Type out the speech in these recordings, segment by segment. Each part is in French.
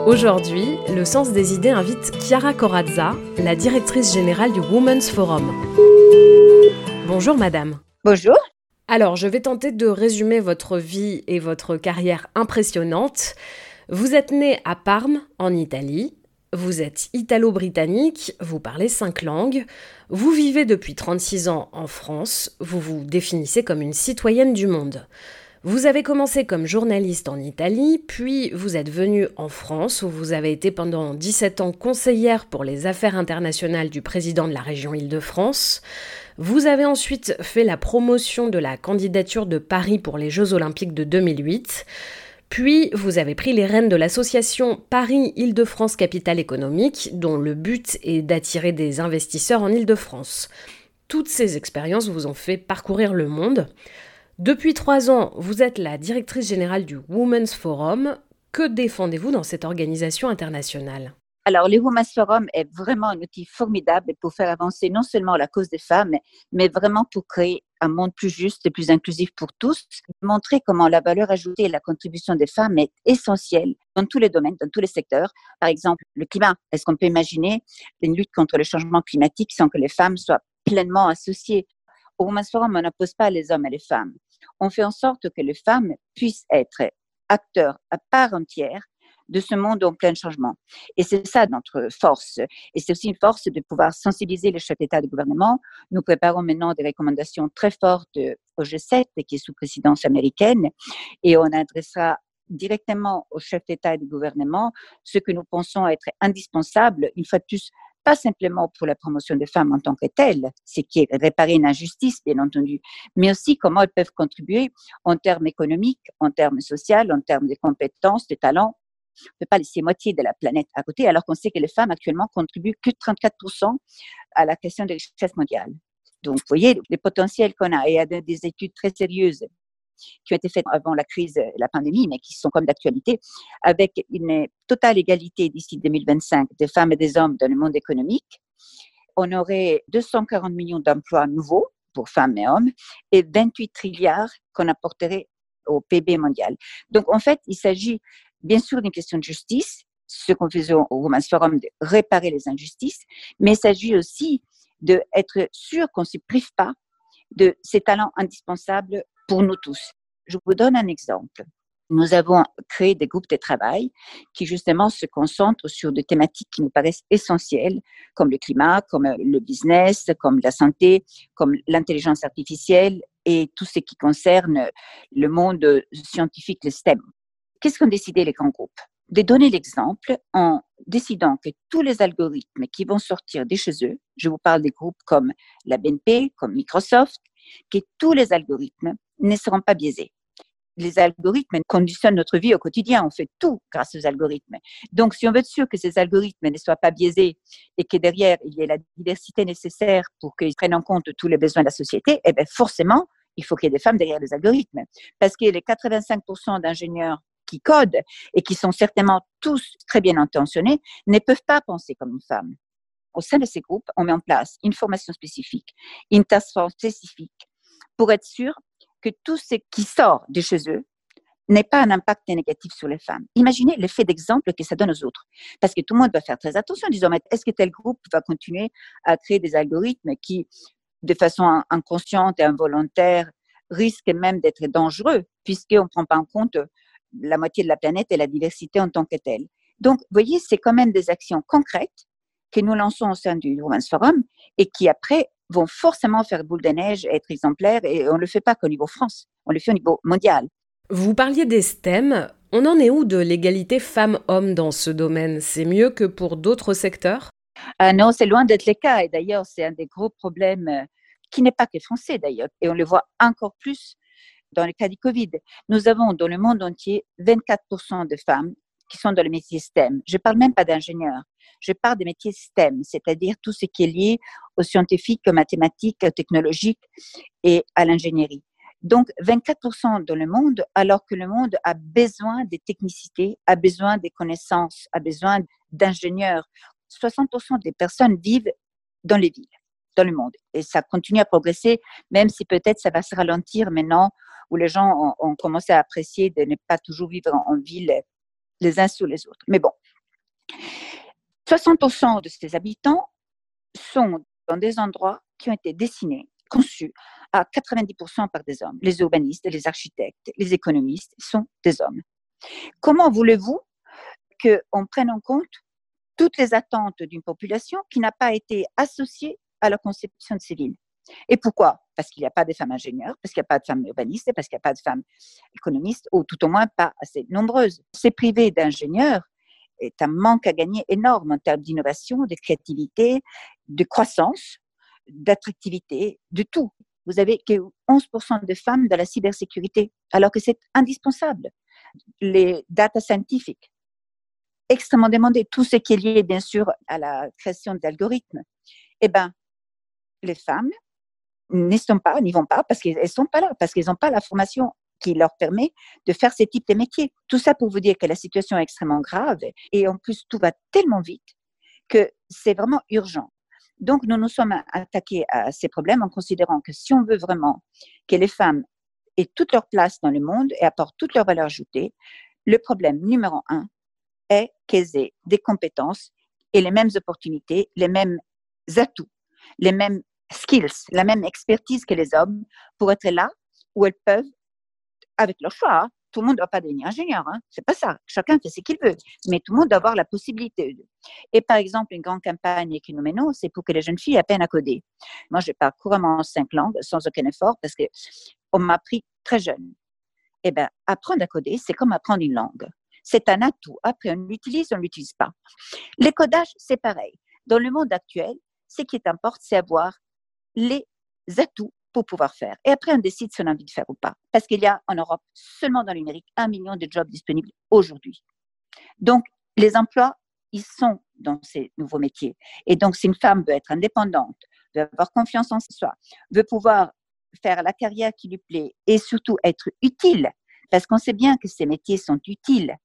Aujourd'hui, le Sens des idées invite Chiara Corazza, la directrice générale du Women's Forum. Bonjour madame. Bonjour. Alors, je vais tenter de résumer votre vie et votre carrière impressionnante. Vous êtes née à Parme, en Italie. Vous êtes italo-britannique, vous parlez 5 langues. Vous vivez depuis 36 ans en France. Vous vous définissez comme une citoyenne du monde. Vous avez commencé comme journaliste en Italie, puis vous êtes venue en France où vous avez été pendant 17 ans conseillère pour les affaires internationales du président de la région Île-de-France. Vous avez ensuite fait la promotion de la candidature de Paris pour les Jeux Olympiques de 2008. Puis vous avez pris les rênes de l'association Paris-Île-de-France Capitale Économique, dont le but est d'attirer des investisseurs en Île-de-France. Toutes ces expériences vous ont fait parcourir le monde. Depuis 3 ans, vous êtes la directrice générale du Women's Forum. Que défendez-vous dans cette organisation internationale ? Alors, le Women's Forum est vraiment un outil formidable pour faire avancer non seulement la cause des femmes, mais vraiment pour créer un monde plus juste et plus inclusif pour tous. Montrer comment la valeur ajoutée et la contribution des femmes est essentielle dans tous les domaines, dans tous les secteurs. Par exemple, le climat. Est-ce qu'on peut imaginer une lutte contre le changement climatique sans que les femmes soient pleinement associées ? Au Women's Forum, on n'oppose pas les hommes et les femmes. On fait en sorte que les femmes puissent être acteurs à part entière de ce monde en plein changement. Et c'est ça notre force. Et c'est aussi une force de pouvoir sensibiliser les chefs d'État et de gouvernement. Nous préparons maintenant des recommandations très fortes au G7, qui est sous présidence américaine, et on adressera directement aux chefs d'État et de gouvernement ce que nous pensons être indispensable, une fois de plus, pas simplement pour la promotion des femmes en tant que telles, ce qui est réparer une injustice, bien entendu, mais aussi comment elles peuvent contribuer en termes économiques, en termes sociaux, en termes de compétences, de talents. On ne peut pas laisser moitié de la planète à côté, alors qu'on sait que les femmes actuellement contribuent que 34% à la question des richesses mondiales. Donc, vous voyez, les potentiels qu'on a, et il y a des études très sérieuses qui ont été faites avant la crise, la pandémie, mais qui sont comme d'actualité, avec une totale égalité d'ici 2025 des femmes et des hommes dans le monde économique. On aurait 240 millions d'emplois nouveaux pour femmes et hommes et 28 trilliards qu'on apporterait au PIB mondial. Donc, en fait, il s'agit bien sûr d'une question de justice, ce qu'on faisait au Women's Forum, de réparer les injustices, mais il s'agit aussi d'être sûr qu'on ne se prive pas de ces talents indispensables pour nous tous. Je vous donne un exemple. Nous avons créé des groupes de travail qui justement se concentrent sur des thématiques qui nous paraissent essentielles, comme le climat, comme le business, comme la santé, comme l'intelligence artificielle et tout ce qui concerne le monde scientifique, le STEM. Qu'est-ce qu'ont décidé les grands groupes ? De donner l'exemple en décidant que tous les algorithmes qui vont sortir de chez eux, je vous parle des groupes comme la BNP, comme Microsoft, que tous les algorithmes ne seront pas biaisés. Les algorithmes conditionnent notre vie au quotidien. On fait tout grâce aux algorithmes. Donc, si on veut être sûr que ces algorithmes ne soient pas biaisés et que derrière, il y ait la diversité nécessaire pour qu'ils prennent en compte tous les besoins de la société, eh bien, forcément, il faut qu'il y ait des femmes derrière les algorithmes. Parce que les 85% d'ingénieurs qui codent et qui sont certainement tous très bien intentionnés ne peuvent pas penser comme une femme. Au sein de ces groupes, on met en place une formation spécifique, une task force spécifique pour être sûr que tout ce qui sort de chez eux n'ait pas un impact négatif sur les femmes. Imaginez l'effet d'exemple que ça donne aux autres. Parce que tout le monde doit faire très attention en disant, est-ce que tel groupe va continuer à créer des algorithmes qui, de façon inconsciente et involontaire, risquent même d'être dangereux, puisqu'on ne prend pas en compte la moitié de la planète et la diversité en tant que telle. Donc, vous voyez, c'est quand même des actions concrètes que nous lançons au sein du Women's Forum et qui, après, vont forcément faire boule de neige, être exemplaires. Et on ne le fait pas qu'au niveau France, on le fait au niveau mondial. Vous parliez des STEM. On en est où de l'égalité femmes-hommes dans ce domaine ? C'est mieux que pour d'autres secteurs ? Non, c'est loin d'être le cas. Et d'ailleurs, c'est un des gros problèmes qui n'est pas que français, d'ailleurs. Et on le voit encore plus dans le cas du Covid. Nous avons dans le monde entier 24% de femmes qui sont dans le métier STEM. Je ne parle même pas d'ingénieurs. Je parle des métiers STEM, c'est-à-dire tout ce qui est lié aux scientifiques, aux mathématiques, aux technologiques et à l'ingénierie. Donc, 24% dans le monde, alors que le monde a besoin de technicité, a besoin de connaissances, a besoin d'ingénieurs. 60% des personnes vivent dans les villes, dans le monde. Et ça continue à progresser, même si peut-être ça va se ralentir maintenant, où les gens ont commencé à apprécier de ne pas toujours vivre en ville les uns sur les autres. Mais bon, 60% de ces habitants sont dans des endroits qui ont été dessinés, conçus à 90% par des hommes. Les urbanistes, les architectes, les économistes sont des hommes. Comment voulez-vous qu'on prenne en compte toutes les attentes d'une population qui n'a pas été associée à la conception de ces villes? Et pourquoi? Parce qu'il n'y a pas de femmes ingénieures, parce qu'il n'y a pas de femmes urbanistes, parce qu'il n'y a pas de femmes économistes, ou tout au moins pas assez nombreuses. Ces privés d'ingénieurs est un manque à gagner énorme en termes d'innovation, de créativité, de croissance, d'attractivité, de tout. Vous avez que 11% de femmes dans la cybersécurité, alors que c'est indispensable. Les data scientifiques, extrêmement demandés, tout ce qui est lié, bien sûr, à la création d'algorithmes. Eh bien, les femmes n'y vont pas parce qu'elles ne sont pas là, parce qu'elles n'ont pas la formation qui leur permet de faire ces types de métiers. Tout ça pour vous dire que la situation est extrêmement grave et en plus, tout va tellement vite que c'est vraiment urgent. Donc, nous nous sommes attaqués à ces problèmes en considérant que si on veut vraiment que les femmes aient toute leur place dans le monde et apportent toute leur valeur ajoutée, le problème numéro 1 est qu'elles aient des compétences et les mêmes opportunités, les mêmes atouts, les mêmes skills, la même expertise que les hommes pour être là où elles peuvent, avec leur choix. Hein. Tout le monde ne doit pas devenir ingénieur, hein. C'est pas ça. Chacun fait ce qu'il veut, mais tout le monde doit avoir la possibilité. Et par exemple, une grande campagne que nous menons, c'est pour que les jeunes filles apprennent à coder. Moi, je parle couramment 5 langues sans aucun effort parce qu'on m'a appris très jeune. Eh bien, apprendre à coder, c'est comme apprendre une langue. C'est un atout. Après, on l'utilise, on ne l'utilise pas. Les codages, c'est pareil. Dans le monde actuel, ce qui importe, c'est avoir les atouts pour pouvoir faire. Et après, on décide si on a envie de faire ou pas. Parce qu'il y a en Europe, seulement dans le numérique, 1 million de jobs disponibles aujourd'hui. Donc, les emplois, ils sont dans ces nouveaux métiers. Et donc, si une femme veut être indépendante, veut avoir confiance en soi, veut pouvoir faire la carrière qui lui plaît et surtout être utile, parce qu'on sait bien que ces métiers sont utiles,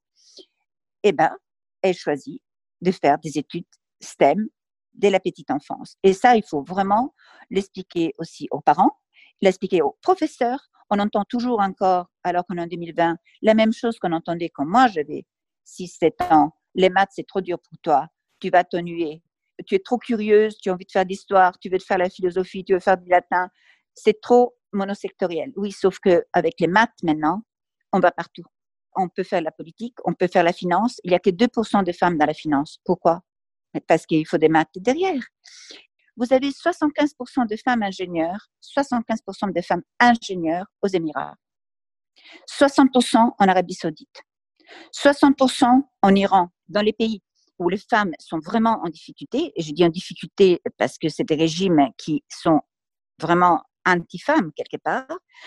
eh bien, elle choisit de faire des études STEM dès la petite enfance. Et ça, il faut vraiment l'expliquer aussi aux parents, l'expliquer aux professeurs. On entend toujours encore, alors qu'on est en 2020, la même chose qu'on entendait quand moi j'avais 6-7 ans. Les maths, c'est trop dur pour toi. Tu vas t'ennuyer. Tu es trop curieuse, tu as envie de faire de l'histoire, tu veux faire la philosophie, tu veux faire du latin. C'est trop monosectoriel. Oui, sauf qu'avec les maths maintenant, on va partout. On peut faire la politique, on peut faire la finance. Il n'y a que 2% de femmes dans la finance. Pourquoi? Parce qu'il faut des maths derrière. Vous avez 75% de femmes ingénieures, 75% de femmes ingénieures aux Émirats, 60% en Arabie Saoudite, 60% en Iran, dans les pays où les femmes sont vraiment en difficulté, et je dis en difficulté parce que c'est des régimes qui sont vraiment anti-femmes quelque part,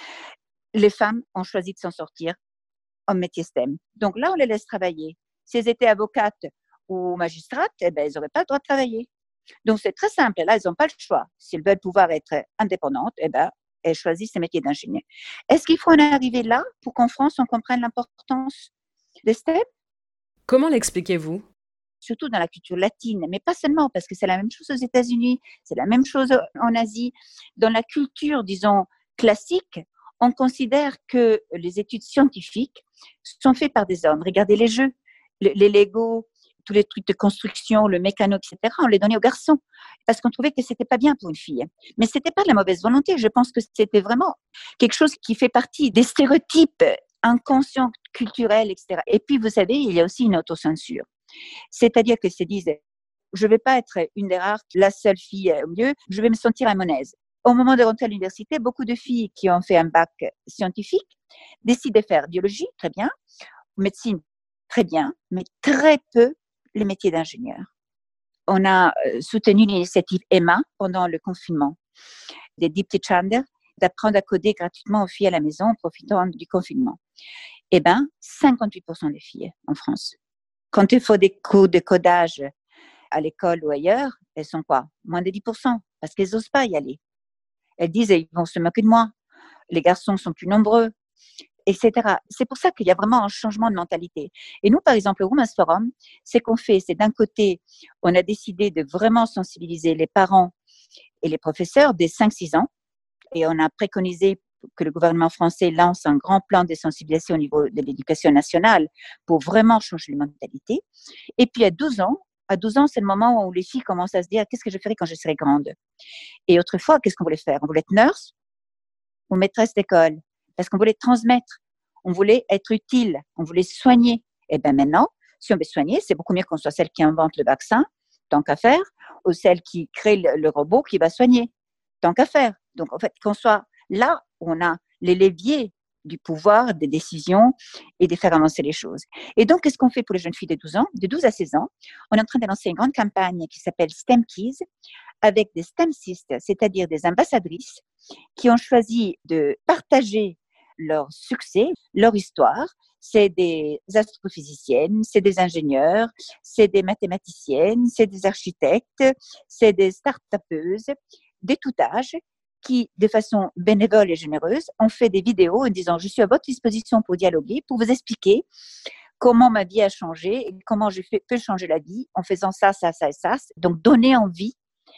les femmes ont choisi de s'en sortir en métier STEM. Donc là, on les laisse travailler. Si elles étaient avocates ou magistrates, eh ben, elles n'auraient pas le droit de travailler. Donc, c'est très simple. Là, elles n'ont pas le choix. Si elles veulent pouvoir être indépendantes, eh ben, elles choisissent ces métiers d'ingénieur. Est-ce qu'il faut en arriver là pour qu'en France, on comprenne l'importance des STEM? Comment l'expliquez-vous? Surtout dans la culture latine, mais pas seulement, parce que c'est la même chose aux États-Unis, c'est la même chose en Asie. Dans la culture, disons, classique, on considère que les études scientifiques sont faites par des hommes. Regardez les jeux, les Lego, tous les trucs de construction, le mécano, etc., on les donnait aux garçons parce qu'on trouvait que c'était pas bien pour une fille. Mais c'était pas de la mauvaise volonté. Je pense que c'était vraiment quelque chose qui fait partie des stéréotypes inconscients, culturels, etc. Et puis, vous savez, il y a aussi une autocensure. C'est-à-dire que se disent, je vais pas être une des rares, la seule fille au milieu, je vais me sentir à mon aise. Au moment de rentrer à l'université, beaucoup de filles qui ont fait un bac scientifique décident de faire biologie, très bien, médecine, très bien, mais très peu les métiers d'ingénieur. On a soutenu l'initiative Emma pendant le confinement, des Deep Chander, d'apprendre à coder gratuitement aux filles à la maison en profitant du confinement. Eh bien, 58% des filles en France. Quand il faut des cours de codage à l'école ou ailleurs, elles sont quoi? Moins de 10%, parce qu'elles n'osent pas y aller. Elles disent, ils vont se moquer de moi. Les garçons sont plus nombreux, etc. C'est pour ça qu'il y a vraiment un changement de mentalité. Et nous, par exemple, au Women's Forum, ce qu'on fait, c'est d'un côté, on a décidé de vraiment sensibiliser les parents et les professeurs dès 5-6 ans, et on a préconisé que le gouvernement français lance un grand plan de sensibilisation au niveau de l'éducation nationale pour vraiment changer les mentalités. Et puis, à 12 ans, À 12 ans, c'est le moment où les filles commencent à se dire qu'est-ce que je ferai quand je serai grande. Et autrefois, qu'est-ce qu'on voulait faire? On voulait être nurse ou maîtresse d'école parce qu'on voulait transmettre, on voulait être utile, on voulait soigner. Et bien maintenant, si on veut soigner, c'est beaucoup mieux qu'on soit celle qui invente le vaccin, tant qu'à faire, ou celle qui crée le robot qui va soigner, tant qu'à faire. Donc en fait, qu'on soit là où on a les leviers du pouvoir, des décisions et de faire avancer les choses. Et donc, qu'est-ce qu'on fait pour les jeunes filles de 12 ans? De 12 à 16 ans, on est en train de lancer une grande campagne qui s'appelle STEM Keys avec des STEMcistes, c'est-à-dire des ambassadrices qui ont choisi de partager leur succès, leur histoire. C'est des astrophysiciennes, c'est des ingénieurs, c'est des mathématiciennes, c'est des architectes, c'est des start-upeuses, de tout âge, qui, de façon bénévole et généreuse, ont fait des vidéos en disant « Je suis à votre disposition pour dialoguer, pour vous expliquer comment ma vie a changé et comment je peux changer la vie en faisant ça, ça, ça et ça. » Donc, donner envie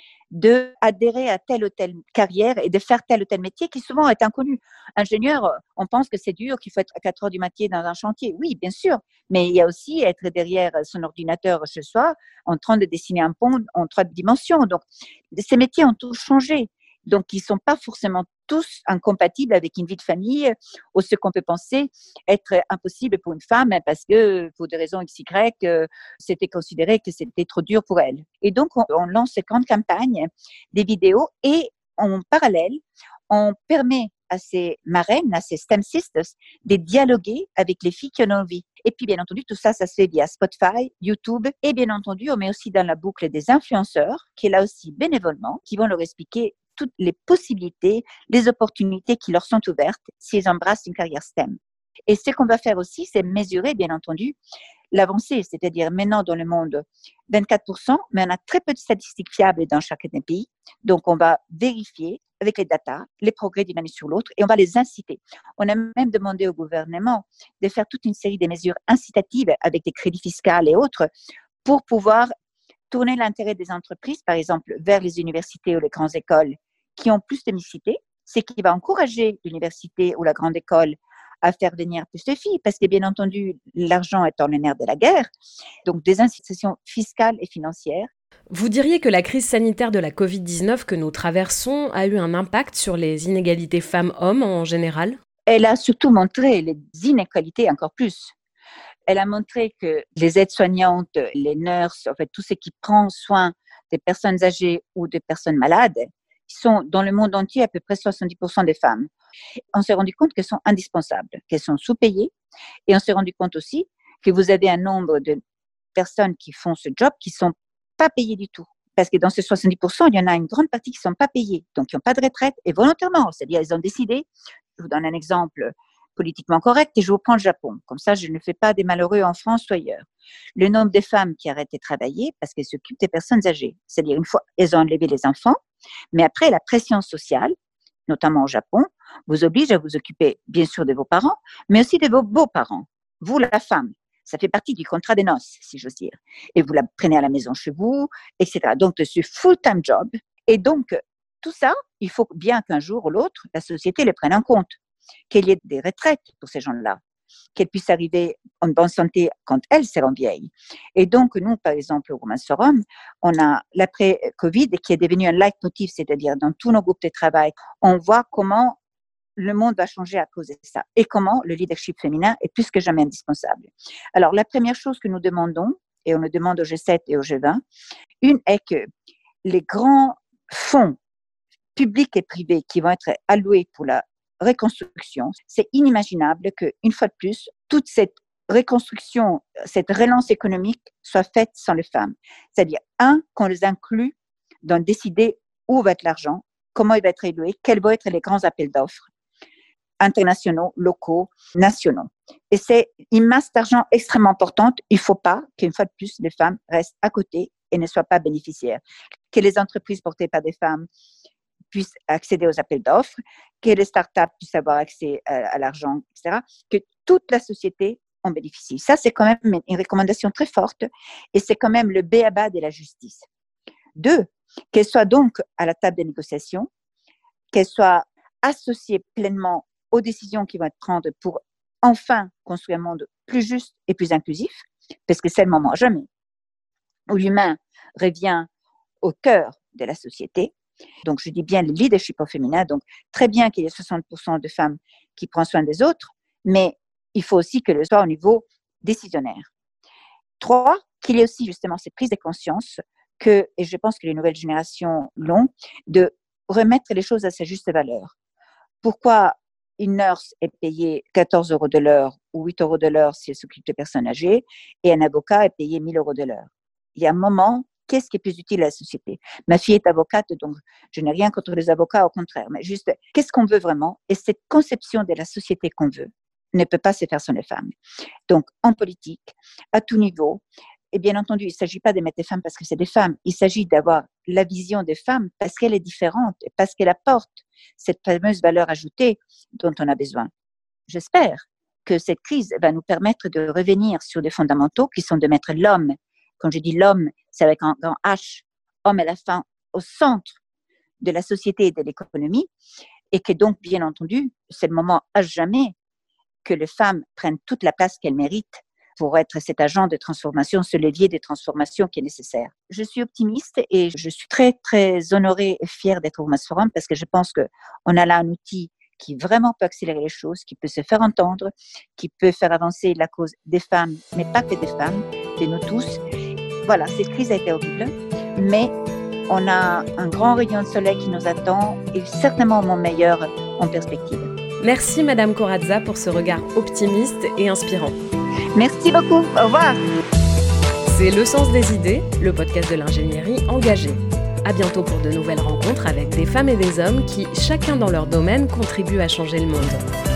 d'adhérer à telle ou telle carrière et de faire tel ou tel métier qui souvent est inconnu. Ingénieur, on pense que c'est dur, qu'il faut être à 4 heures du matin dans un chantier. Oui, bien sûr, mais il y a aussi être derrière son ordinateur chez soi en train de dessiner un pont en 3 dimensions. Donc, ces métiers ont tous changé. Donc, ils ne sont pas forcément tous incompatibles avec une vie de famille ou ce qu'on peut penser être impossible pour une femme parce que, pour des raisons XY, c'était considéré que c'était trop dur pour elle. Et donc, on lance cette grande campagne des vidéos et en parallèle, on permet à ces marraines, à ces STEM sisters, de dialoguer avec les filles qui en ont envie. Et puis, bien entendu, tout ça, ça se fait via Spotify, YouTube, et bien entendu, on met aussi dans la boucle des influenceurs, qui est là aussi bénévolement, qui vont leur expliquer toutes les possibilités, les opportunités qui leur sont ouvertes s'ils embrassent une carrière STEM. Et ce qu'on va faire aussi, c'est mesurer, bien entendu, l'avancée, c'est-à-dire maintenant dans le monde, 24%, mais on a très peu de statistiques fiables dans chacun des pays. Donc, on va vérifier avec les datas les progrès d'une année sur l'autre et on va les inciter. On a même demandé au gouvernement de faire toute une série de mesures incitatives avec des crédits fiscaux et autres pour pouvoir tourner l'intérêt des entreprises, par exemple, vers les universités ou les grandes écoles qui ont plus de mixité, c'est qui va encourager l'université ou la grande école à faire venir plus de filles, parce que bien entendu, l'argent étant le nerf de la guerre, donc des incitations fiscales et financières. Vous diriez que la crise sanitaire de la Covid-19 que nous traversons a eu un impact sur les inégalités femmes-hommes en général? Elle a surtout montré les inégalités encore plus. Elle a montré que les aides-soignantes, les nurses, en fait, tout ce qui prend soin des personnes âgées ou des personnes malades, sont dans le monde entier à peu près 70% des femmes. On s'est rendu compte qu'elles sont indispensables, qu'elles sont sous-payées, et on s'est rendu compte aussi que vous avez un nombre de personnes qui font ce job qui ne sont pas payées du tout. Parce que dans ces 70%, il y en a une grande partie qui ne sont pas payées, donc qui n'ont pas de retraite, et volontairement, c'est-à-dire ils ont décidé, je vous donne un exemple politiquement correct, et je vous prends le Japon. Comme ça, je ne fais pas des malheureux en France ou ailleurs. Le nombre de femmes qui arrêtent de travailler parce qu'elles s'occupent des personnes âgées. C'est-à-dire, une fois, elles ont enlevé les enfants, mais après, la pression sociale, notamment au Japon, vous oblige à vous occuper, bien sûr, de vos parents, mais aussi de vos beaux-parents. Vous, la femme, ça fait partie du contrat des noces, si j'ose dire. Et vous la prenez à la maison chez vous, etc. Donc, c'est full-time job. Et donc, tout ça, il faut bien qu'un jour ou l'autre, la société le prenne en compte. Qu'il y ait des retraites pour ces gens-là, qu'elles puissent arriver en bonne santé quand elles seront vieilles. Et donc, nous, par exemple, au Women's Forum, on a l'après-Covid qui est devenu un leitmotiv, c'est-à-dire dans tous nos groupes de travail, on voit comment le monde va changer à cause de ça et comment le leadership féminin est plus que jamais indispensable. Alors, la première chose que nous demandons, et on le demande au G7 et au G20, une est que les grands fonds publics et privés qui vont être alloués pour la reconstruction, c'est inimaginable qu'une fois de plus, toute cette reconstruction, cette relance économique soit faite sans les femmes. C'est-à-dire, qu'on les inclut dans décider où va être l'argent, comment il va être alloué, quels vont être les grands appels d'offres internationaux, locaux, nationaux. Et c'est une masse d'argent extrêmement importante. Il ne faut pas qu'une fois de plus, les femmes restent à côté et ne soient pas bénéficiaires. Que les entreprises portées par des femmes puissent accéder aux appels d'offres, que les startups puissent avoir accès à l'argent, etc., que toute la société en bénéficie. Ça, c'est quand même une recommandation très forte et c'est quand même le b.a.-ba de la justice. 2, qu'elle soit donc à la table des négociations, qu'elle soit associée pleinement aux décisions qui vont être prises pour enfin construire un monde plus juste et plus inclusif, parce que c'est le moment à jamais où l'humain revient au cœur de la société. Donc, je dis bien le leadership au féminin. Donc, très bien qu'il y ait 60% de femmes qui prennent soin des autres, mais il faut aussi que le soit au niveau décisionnaire. 3, qu'il y ait aussi justement cette prise de conscience et je pense que les nouvelles générations l'ont, de remettre les choses à sa juste valeur. Pourquoi une nurse est payée 14 € de l'heure ou 8 € de l'heure si elle s'occupe de personnes âgées et un avocat est payé 1 000 € de l'heure? Il y a un moment, qu'est-ce qui est plus utile à la société? Ma fille est avocate, donc je n'ai rien contre les avocats, au contraire, mais juste, qu'est-ce qu'on veut vraiment? Et cette conception de la société qu'on veut ne peut pas se faire sans les femmes. Donc, en politique, à tout niveau, et bien entendu, il ne s'agit pas de mettre des femmes parce que c'est des femmes, il s'agit d'avoir la vision des femmes parce qu'elle est différente, parce qu'elle apporte cette fameuse valeur ajoutée dont on a besoin. J'espère que cette crise va nous permettre de revenir sur des fondamentaux qui sont de mettre l'homme, quand je dis l'homme, c'est avec un grand H, homme à la fin, au centre de la société et de l'économie, et que donc, bien entendu, c'est le moment à jamais que les femmes prennent toute la place qu'elles méritent pour être cet agent de transformation, ce levier de transformation qui est nécessaire. Je suis optimiste et je suis très, très honorée et fière d'être au Women's Forum parce que je pense qu'on a là un outil qui vraiment peut accélérer les choses, qui peut se faire entendre, qui peut faire avancer la cause des femmes, mais pas que des femmes, de nous tous. Voilà, cette crise a été horrible, mais on a un grand rayon de soleil qui nous attend et certainement un monde meilleur en perspective. Merci Madame Corazza pour ce regard optimiste et inspirant. Merci beaucoup, au revoir. C'est Le Sens des idées, le podcast de l'ingénierie engagée. À bientôt pour de nouvelles rencontres avec des femmes et des hommes qui, chacun dans leur domaine, contribuent à changer le monde.